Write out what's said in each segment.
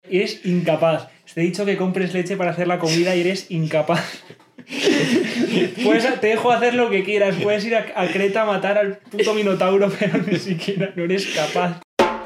Eres incapaz. Te he dicho que compres leche para hacer la comida y eres incapaz. Te dejo hacer lo que quieras. Puedes ir a Creta a matar al puto Minotauro, pero ni siquiera no eres capaz.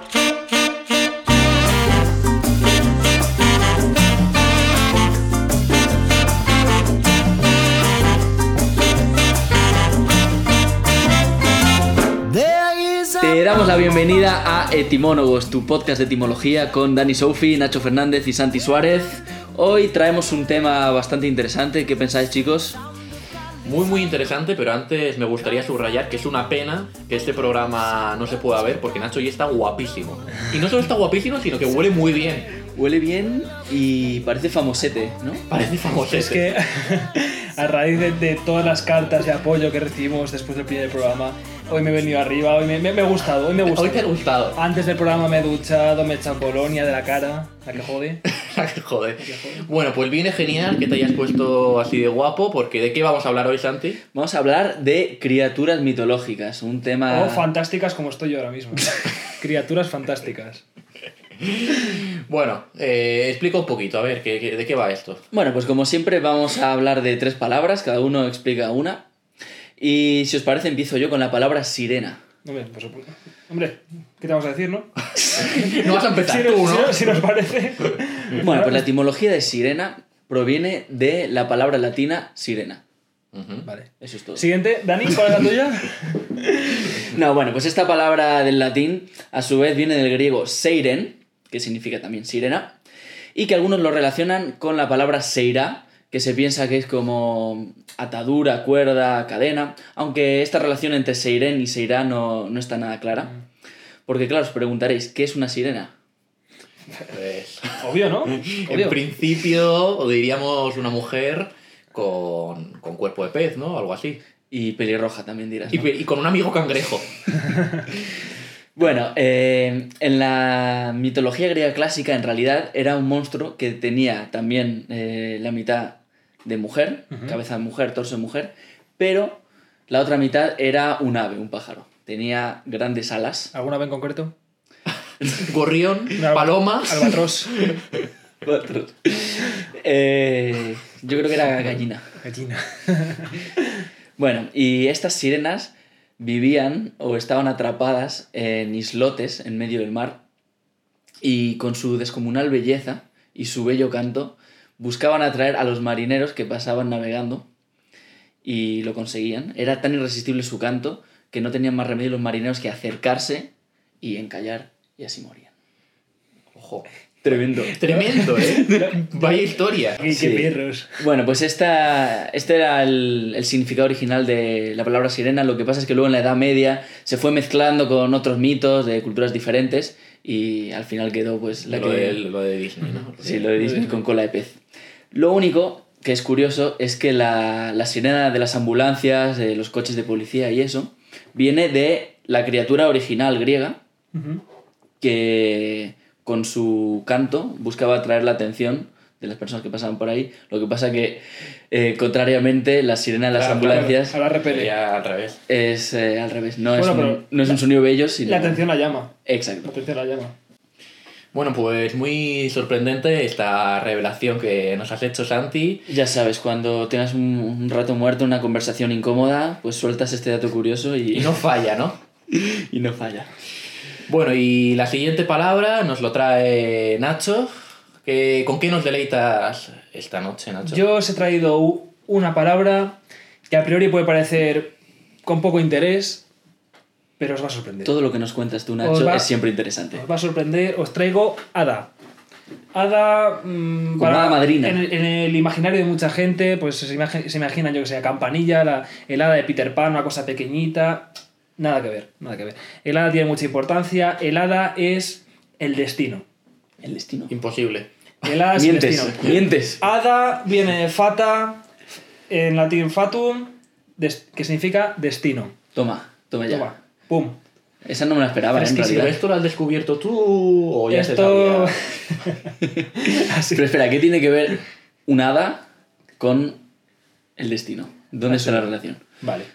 Te damos la bienvenida a Etimólogos, tu podcast de etimología con Dani Soufi, Nacho Fernández y Santi Suárez. Hoy traemos un tema bastante interesante. ¿Qué pensáis, chicos? Muy interesante, pero antes me gustaría subrayar que es una pena que este programa no se pueda ver porque Nacho hoy está guapísimo. Y no solo está guapísimo, sino que huele muy bien. Huele bien y parece famosete, ¿no? Parece famosete. Es que a raíz de todas las cartas de apoyo que recibimos después del primer programa, hoy me he venido arriba, hoy me ha gustado, hoy te ha gustado. Antes del programa me he duchado, me he echado colonia de la cara, la que jode. La que jode. Bueno, pues viene genial que te hayas puesto así de guapo, porque ¿de qué vamos a hablar hoy, Santi? Vamos a hablar de criaturas mitológicas, un tema... O fantásticas como estoy yo ahora mismo. Criaturas fantásticas. Bueno, explica un poquito, a ver, ¿de qué va esto? Bueno, pues como siempre vamos a hablar de 3 palabras, cada uno explica una. Y si os parece, empiezo yo con la palabra sirena. Hombre, ¿qué te vamos a decir, no? No vas a empezar tú, ¿no? Si nos parece. Bueno, pues la etimología de sirena proviene de la palabra latina sirena. Vale. Eso es todo. Siguiente, Dani, ¿cuál es la tuya? No, bueno, pues esta palabra del latín a su vez viene del griego seiren, que significa también sirena, y que algunos lo relacionan con la palabra seirá, que se piensa que es como atadura, cuerda, cadena, aunque esta relación entre seiren y seirá no está nada clara. Porque claro, os preguntaréis, ¿qué es una sirena? Pues, obvio, ¿no? En principio, diríamos una mujer con cuerpo de pez, ¿no? Algo así. Y pelirroja también dirás, ¿no? Y con un amigo cangrejo. Bueno, en la mitología griega clásica en realidad era un monstruo que tenía también la mitad de mujer, cabeza de mujer, torso de mujer, pero la otra mitad era un ave, un pájaro. Tenía grandes alas. ¿Alguna ave en concreto? Gorrión, paloma... Albatros. Yo creo que era gallina. Gallina. Bueno, y estas sirenas vivían o estaban atrapadas en islotes en medio del mar y con su descomunal belleza y su bello canto buscaban atraer a los marineros que pasaban navegando y lo conseguían. Era tan irresistible su canto que no tenían más remedio los marineros que acercarse y encallar y así morían. Ojo. Tremendo. Tremendo, ¿eh? Vaya historia. Qué perros. Bueno, pues este era el significado original de la palabra sirena. Lo que pasa es que luego en la Edad Media se fue mezclando con otros mitos de culturas diferentes y al final quedó pues lo de Disney, ¿no? Sí, lo de Disney con cola de pez. Lo único que es curioso es que la sirena de las ambulancias, de los coches de policía y eso, viene de la criatura original griega que con su canto buscaba atraer la atención de las personas que pasaban por ahí. Lo que pasa que, contrariamente, la sirena de las ambulancias... Ahora repele. Al revés. Es al revés. No es un sonido bello, sino... La atención la llama. Exacto. La atención la llama. Bueno, pues muy sorprendente esta revelación que nos has hecho, Santi. Ya sabes, cuando tengas un rato muerto, una conversación incómoda, pues sueltas este dato curioso y... Y no falla, ¿no? Y no falla. Bueno, y la siguiente palabra nos lo trae Nacho. ¿Con qué nos deleitas esta noche, Nacho? Yo os he traído una palabra que a priori puede parecer con poco interés, pero os va a sorprender. Todo lo que nos cuentas tú, Nacho, es siempre interesante. Os va a sorprender. Os traigo hada. Hada... Como hada madrina. En el imaginario de mucha gente, pues se imaginan, yo que sé, Campanilla, el hada de Peter Pan, una cosa pequeñita... Nada que ver. El hada tiene mucha importancia. El hada es el destino. ¿El destino? Imposible. El hada es el destino. Mientes. Hada viene de fata, en latín fatum, que significa destino. Toma ya. Toma, pum. Esa no me la esperaba, en realidad. ¿Pero esto lo has descubierto tú o ya se sabía? Pero espera, ¿qué tiene que ver un hada con el destino? ¿Dónde está la relación? Vale.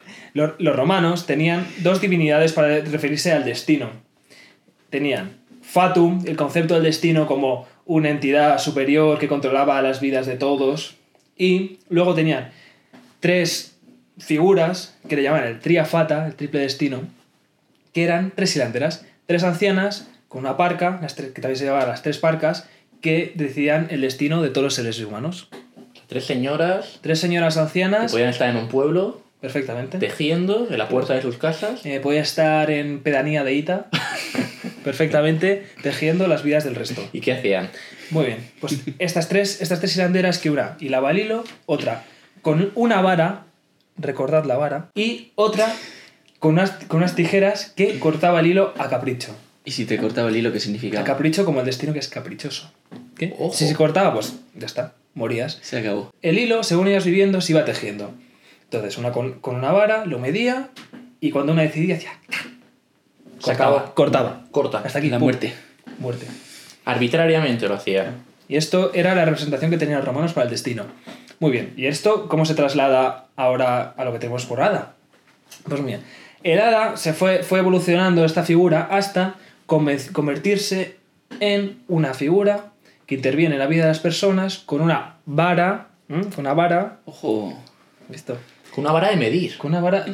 Los romanos tenían 2 divinidades para referirse al destino. Tenían Fatum, el concepto del destino como una entidad superior que controlaba las vidas de todos. Y luego tenían 3 figuras que le llamaban el Triafata, el triple destino, que eran 3 hilanderas, 3 ancianas con una parca, que también se llamaban las 3 parcas, que decidían el destino de todos los seres humanos. 3 señoras 3 señoras que ancianas, podían estar en un pueblo perfectamente. tejiendo en la puerta de sus casas. Podía estar en pedanía de Ita, perfectamente, tejiendo las vidas del resto. ¿Y qué hacían? Muy bien, pues estas tres hilanderas, que una hilaba el hilo, otra con una vara, recordad la vara, y otra con unas tijeras que cortaba el hilo a capricho. ¿Y si te cortaba el hilo, qué significaba? A capricho como el destino, que es caprichoso. ¿Qué? Ojo. Si se cortaba, pues ya está, morías. Se acabó. El hilo, según ibas viviendo, se iba tejiendo. Entonces, una con una vara, lo medía, y cuando una decidía, hacía... Se acababa, cortaba. Corta. Hasta aquí, La pum, muerte. muerte. Arbitrariamente lo hacía. Y esto era la representación que tenían los romanos para el destino. Muy bien, ¿y esto cómo se traslada ahora a lo que tenemos por Hada? Pues bien, el Hada fue evolucionando esta figura hasta convertirse en una figura que interviene en la vida de las personas con una vara, Ojo. ¿visto? Con una vara de medir. Con una vara...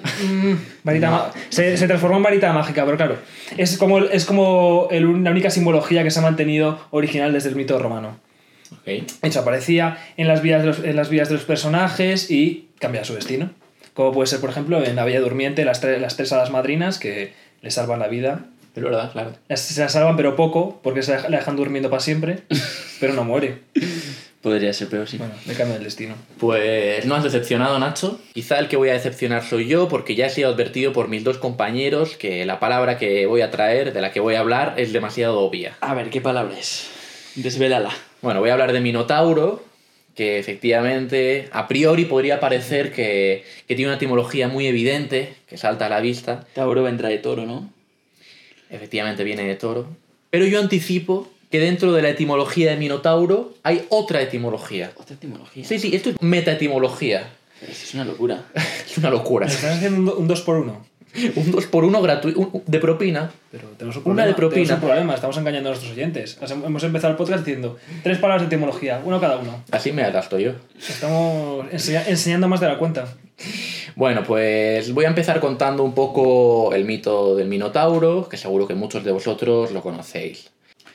se transformó en varita mágica, pero claro, es como la única simbología que se ha mantenido original desde el mito romano. Ok. De hecho, aparecía en las vidas de los personajes y cambiaba su destino. Como puede ser, por ejemplo, en La Bella Durmiente, las tres hadas madrinas que le salvan la vida. Es verdad, claro. Se la salvan, pero poco, porque la dejan durmiendo para siempre, pero no muere. Podría ser peor, sí. Bueno, le cambian el destino. Pues no has decepcionado, Nacho. Quizá el que voy a decepcionar soy yo, porque ya he sido advertido por mis 2 compañeros que la palabra que voy a traer, de la que voy a hablar, es demasiado obvia. A ver, ¿qué palabra es? Desvélala. Bueno, voy a hablar de Minotauro, que efectivamente a priori podría parecer que tiene una etimología muy evidente, que salta a la vista. Tauro vendrá de toro, ¿no? Efectivamente viene de toro. Pero yo anticipo que dentro de la etimología de Minotauro hay otra etimología. Otra etimología. Sí, esto es metaetimología. Pero eso es una locura. Es una locura. Están haciendo un 2x1. Un 2x1 gratuito, de propina. Pero tenemos un Una problema. de propina. Tenemos un problema, estamos engañando a nuestros oyentes. Hemos empezado el podcast diciendo 3 palabras de etimología, uno cada uno. Así me gasto yo. Estamos enseñando más de la cuenta. Bueno, pues voy a empezar contando un poco el mito del Minotauro, que seguro que muchos de vosotros lo conocéis.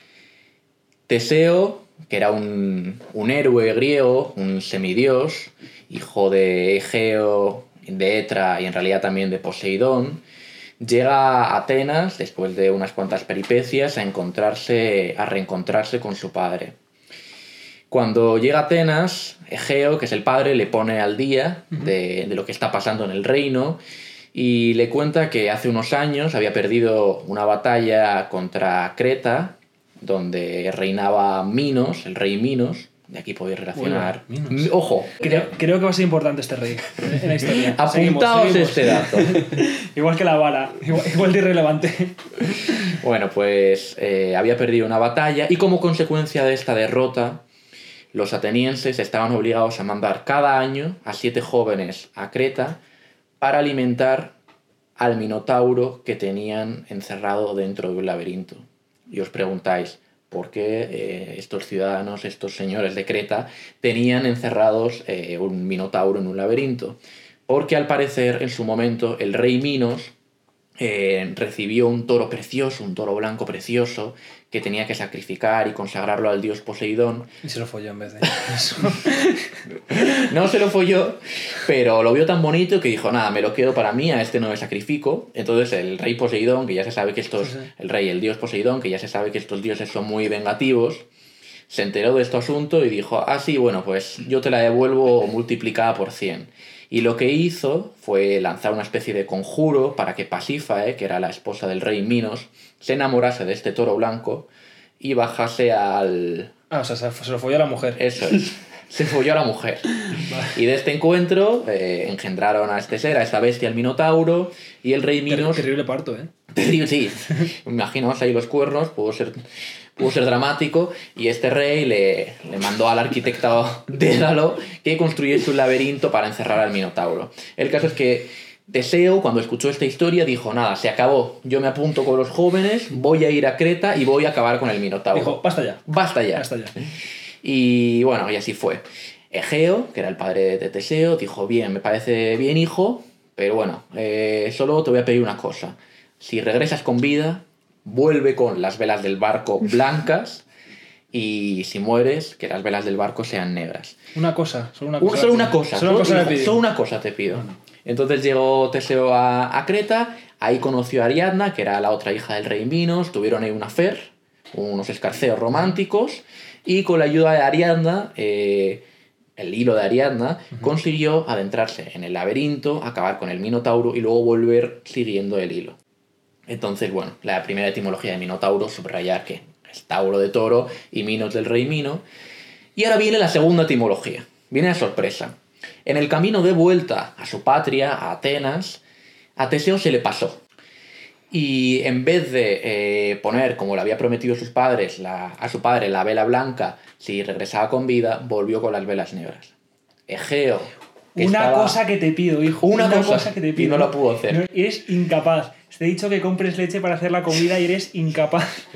Teseo, que era un héroe griego, un semidios, hijo de Egeo, de Etra y en realidad también de Poseidón, llega a Atenas después de unas cuantas peripecias a reencontrarse con su padre. Cuando llega a Atenas, Egeo, que es el padre, le pone al día de lo que está pasando en el reino y le cuenta que hace unos años había perdido una batalla contra Creta, donde reinaba Minos, el rey Minos. De aquí podéis relacionar. Bueno, Minos. Ojo, Creo que va a ser importante este rey en la historia. apuntaos Seguimos. este dato. Igual que la vara, igual de irrelevante. Bueno, pues había perdido una batalla y como consecuencia de esta derrota, los atenienses estaban obligados a mandar cada año a 7 jóvenes a Creta para alimentar al Minotauro que tenían encerrado dentro de un laberinto. Y os preguntáis, ¿por qué estos ciudadanos, estos señores de Creta, tenían encerrados un Minotauro en un laberinto? Porque al parecer, en su momento, el rey Minos recibió un toro precioso, un toro blanco precioso, que tenía que sacrificar y consagrarlo al dios Poseidón. Y se lo folló en vez de eso. No se lo folló, pero lo vio tan bonito que dijo, nada, me lo quedo para mí, a este no me sacrifico. Entonces el rey Poseidón, que ya se sabe que estos... Sí. El dios Poseidón, que ya se sabe que estos dioses son muy vengativos, se enteró de este asunto y dijo, ah, sí, bueno, pues yo te la devuelvo multiplicada por 100. Y lo que hizo fue lanzar una especie de conjuro para que Pasífae, que era la esposa del rey Minos, se enamorase de este toro blanco y bajase al... Ah, o sea, se lo folló a la mujer. Eso es. Se folló a la mujer. Y de este encuentro engendraron a este ser, a esta bestia, el Minotauro, y el rey Minos... Terrible parto, ¿eh? Sí, imaginaos ahí los cuernos, pudo ser dramático, y este rey le mandó al arquitecto Dédalo que construyese un laberinto para encerrar al Minotauro. El caso es que Teseo, cuando escuchó esta historia, dijo, nada, se acabó, yo me apunto con los jóvenes, voy a ir a Creta y voy a acabar con el Minotauro. Dijo, basta ya. Basta ya. Basta ya. Y bueno, y así fue. Egeo, que era el padre de Teseo, dijo, bien, me parece bien, hijo, pero bueno, solo te voy a pedir una cosa. Si regresas con vida, vuelve con las velas del barco blancas y si mueres, que las velas del barco sean negras. Una cosa, solo una cosa. Solo una cosa. Solo una cosa dijo, le pido. solo una cosa te pido. Entonces llegó Teseo a Creta, ahí conoció a Ariadna, que era la otra hija del rey Minos, tuvieron ahí un affair, unos escarceos románticos, y con la ayuda de Ariadna, el hilo de Ariadna, consiguió adentrarse en el laberinto, acabar con el Minotauro y luego volver siguiendo el hilo. Entonces, bueno, la primera etimología de Minotauro, subrayar que es Tauro de toro y Minos del rey Mino. Y ahora viene la segunda etimología, viene la sorpresa. En el camino de vuelta a su patria, a Atenas, a Teseo se le pasó. Y en vez de poner, como le había prometido a su padre, la vela blanca, si regresaba con vida, volvió con las velas negras. Egeo. Una cosa que te pido, hijo. Una cosa que te pido. y no la pudo hacer. No, eres incapaz. Te he dicho que compres leche para hacer la comida y eres incapaz.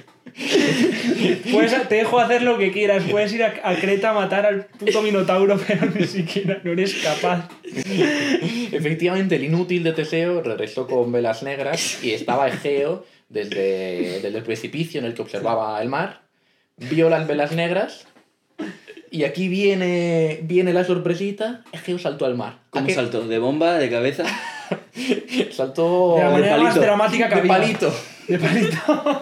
Te dejo hacer lo que quieras. Puedes ir a Creta a matar al puto Minotauro, pero ni siquiera no eres capaz. Efectivamente, el inútil de Teseo regresó con velas negras y estaba Egeo desde el precipicio en el que observaba el mar. Vio las velas negras y aquí viene la sorpresita. Egeo saltó al mar. ¿Cómo saltó? ¿De bomba? ¿De cabeza? Saltó De la manera más dramática que de había. palito. De palito.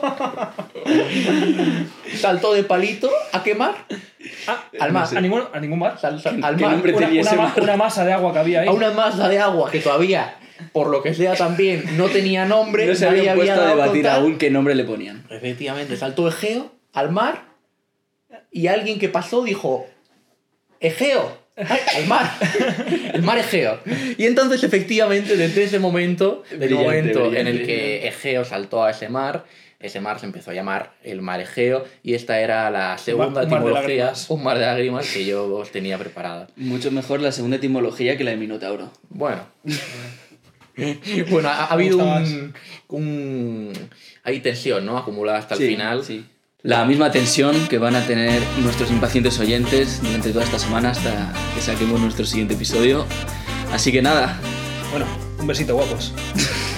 Saltó de palito a qué mar. Al mar. ¿A ningún mar? Al ¿Qué mar. nombre tenía ese mar? Una masa de agua que había ahí. A una masa de agua que todavía, por lo que sea también, no tenía nombre. No se nadie habían había puesto a dado debatir con tal. aún qué nombre le ponían. Efectivamente, saltó Egeo al mar y alguien que pasó dijo, Egeo, al mar, el mar Egeo. Y entonces efectivamente desde ese momento, en el que Egeo saltó a ese mar se empezó a llamar el mar Egeo y esta era la segunda Un mar de etimología, lágrimas. un mar de lágrimas que yo os tenía preparada. Mucho mejor la segunda etimología que la de Minotauro. Bueno. Bueno, ha habido Me hay tensión, ¿no? Acumulada hasta el final. Sí. La misma tensión que van a tener nuestros impacientes oyentes durante toda esta semana hasta que saquemos nuestro siguiente episodio. Así que nada, Bueno, un besito, guapos.